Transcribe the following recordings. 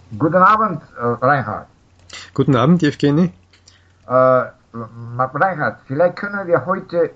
Guten Abend, Reinhard. Guten Abend, Evgeny. Reinhard, vielleicht können wir heute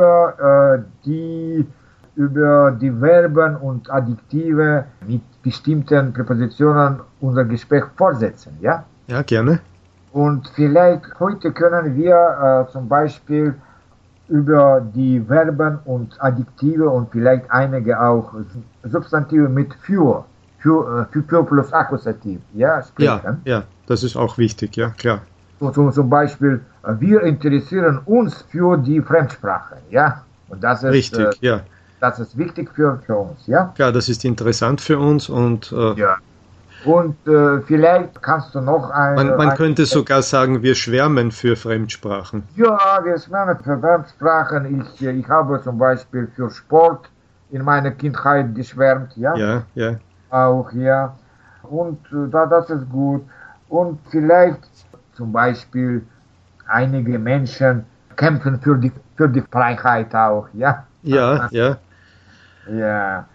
über die Verben und Adjektive mit bestimmten Präpositionen unser Gespräch fortsetzen, ja? Ja, gerne. Und vielleicht heute können wir zum Beispiel über die Verben und Adjektive und vielleicht einige auch Substantive mit für plus Akkusativ, ja, Ja, sprechen. ja, das ist auch wichtig, ja, klar. So, zum Beispiel, wir interessieren uns für die Fremdsprache, ja, und Richtig, ja. das ist wichtig für uns, ja. Klar, das ist interessant für uns und Ja. Und vielleicht kannst du noch man könnte sogar sagen, wir schwärmen für Fremdsprachen. ja, wir schwärmen für Fremdsprachen. Ich habe zum Beispiel für Sport in meiner Kindheit geschwärmt, ja, Ja, ja. auch, ja. Und das ist gut. Und vielleicht zum Beispiel einige Menschen kämpfen für die Freiheit auch, ja. Ja, ja. Ja.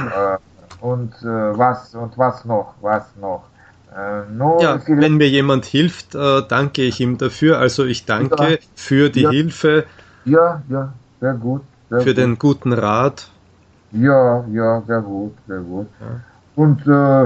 Was noch? Nur Ja, vielleicht, wenn mir jemand hilft, danke ich ihm dafür. Also ich ja, danke für die ja, Hilfe, ja, sehr gut, sehr für gut. den guten Rat. Ja, ja, sehr gut, sehr gut. Ja, Und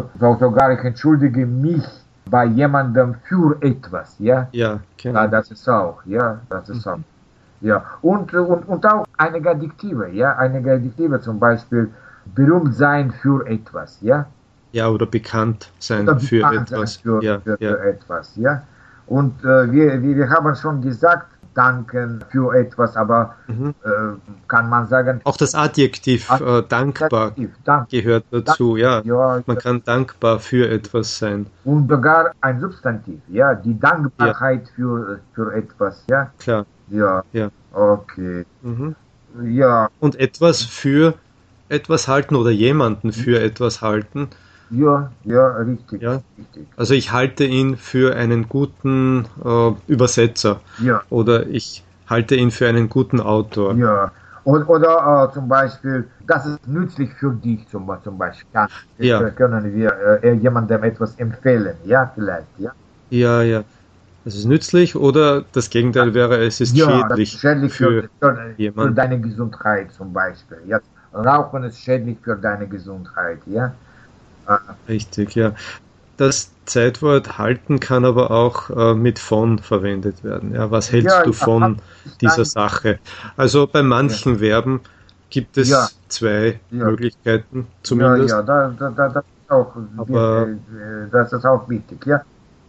sogar ich entschuldige mich bei jemandem für etwas, ja. ja, Ja, genau. das ist auch, ja, das ist auch. Mhm. Ja, und auch einige Adjektive, ja, einige Adjektive zum Beispiel berühmt sein für etwas, ja, Ja, oder bekannt sein oder für bekannt sein etwas. Ja, ja. für etwas, ja. Und wir haben schon gesagt, danken für etwas, aber Mhm. äh, kann man sagen, Auch das Adjektiv dankbar Adjektiv, danke, gehört danke, dazu. Ja, ja, man kann dankbar für etwas sein. und sogar ein Substantiv, ja, die Ja, Dankbarkeit für etwas, ja, klar. ja, Ja. okay, Mhm. ja, Und etwas für etwas halten oder jemanden für etwas halten. ja, ja, richtig, Ja. richtig, Also ich halte ihn für einen guten Übersetzer ja. oder ich halte ihn für einen guten Autor. Ja, oder zum Beispiel, das ist nützlich für dich zum Beispiel. Ja, Ja, können wir jemandem etwas empfehlen, ja, vielleicht, ja. ja, ja. Es ist nützlich oder das Gegenteil wäre, es ist Ja, das ist schädlich schädlich für für jemanden. deine Gesundheit zum Beispiel. Ja. Rauchen ist schädlich für deine Gesundheit, ja. Äh, Richtig, ja. Das Zeitwort halten kann aber auch mit von verwendet werden. Ja, was ja, hältst du ja, von ist dieser ein, Sache? Also bei ja, manchen Verben gibt ja, es zwei ja, Möglichkeiten ja, zumindest, das ist auch, aber das ist auch wichtig, ja.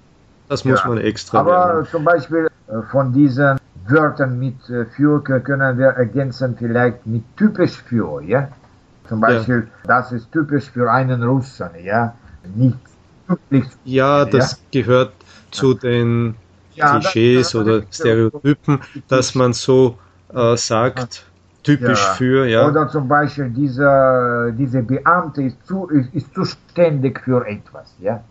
das muss Ja, man extra lernen. aber zum Beispiel von diesen Wörtern mit für können wir ergänzen vielleicht mit typisch für, ja. Zum Ja, Beispiel, das ist typisch für einen Russen, ja. Nicht typisch, ja, ja. das gehört zu den Ja, Klischees das oder ist so Stereotypen, dass typisch, man so sagt, typisch ja. für, ja. Oder zum Beispiel diese Beamte ist zuständig für etwas, ja.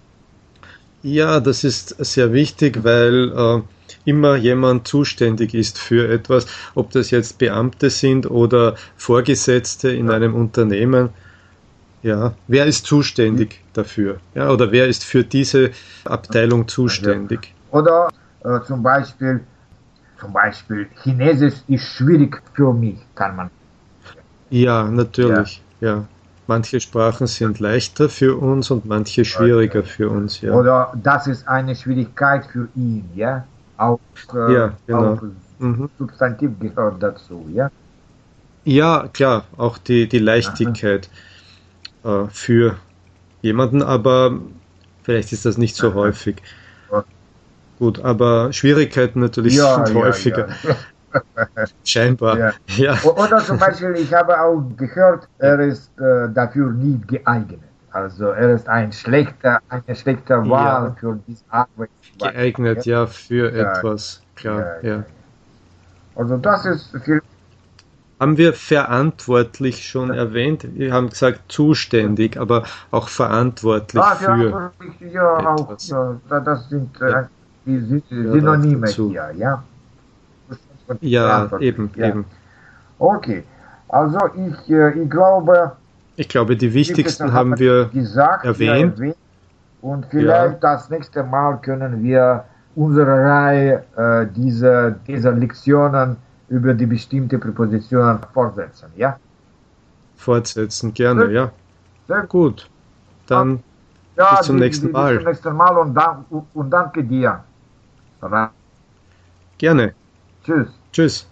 Ja, das ist sehr wichtig, weil immer jemand zuständig ist für etwas, ob das jetzt Beamte sind oder Vorgesetzte in Ja. einem Unternehmen. Ja, wer ist zuständig dafür? Ja, oder wer ist für diese Abteilung Ja. zuständig? Oder zum Beispiel, Chinesisch ist schwierig für mich, kann man. Ja, Ja, natürlich. Ja, manche Sprachen sind leichter für uns und manche okay. schwieriger für uns. Ja, Oder das ist eine Schwierigkeit für ihn, ja. ja, Auch genau. Mhm. Substantiv gehört dazu, ja. Ja, klar, auch die Aha, Leichtigkeit für jemanden, aber vielleicht ist das nicht so aha. häufig. Gut, aber Schwierigkeiten natürlich Ja, sind ja, häufiger. ja. Scheinbar. Ja. Ja, Oder zum Beispiel, ich habe auch gehört, ja, er ist dafür nicht geeignet. Also er ist eine schlechte Wahl ja, für diese Arbeit zum Beispiel. Ja, geeignet, ja, für ja, etwas, klar, ja, ja. ja. Also das ist viel. Haben wir verantwortlich schon erwähnt? Wir haben gesagt zuständig, aber auch verantwortlich Ah, für verantwortlich, ja, auch, etwas. ja, das sind Ja, die gehört auch Synonyme dazu. hier, ja. Ja, Verantwortlich, eben, ja. eben. Okay, also ich glaube, Ich glaube, die die wichtigsten wichtigsten haben haben wir gesagt, ja, erwähnt. erwähnt. Und vielleicht das nächste Mal können wir unsere Reihe dieser Lektionen über die bestimmte Präpositionen fortsetzen, ja? Fortsetzen, gerne, Gut. ja. Sehr Gut, dann Ja, bis zum nächsten Bis Mal. zum nächsten Mal und danke dir. Gerne. Tschüss. Tschüss.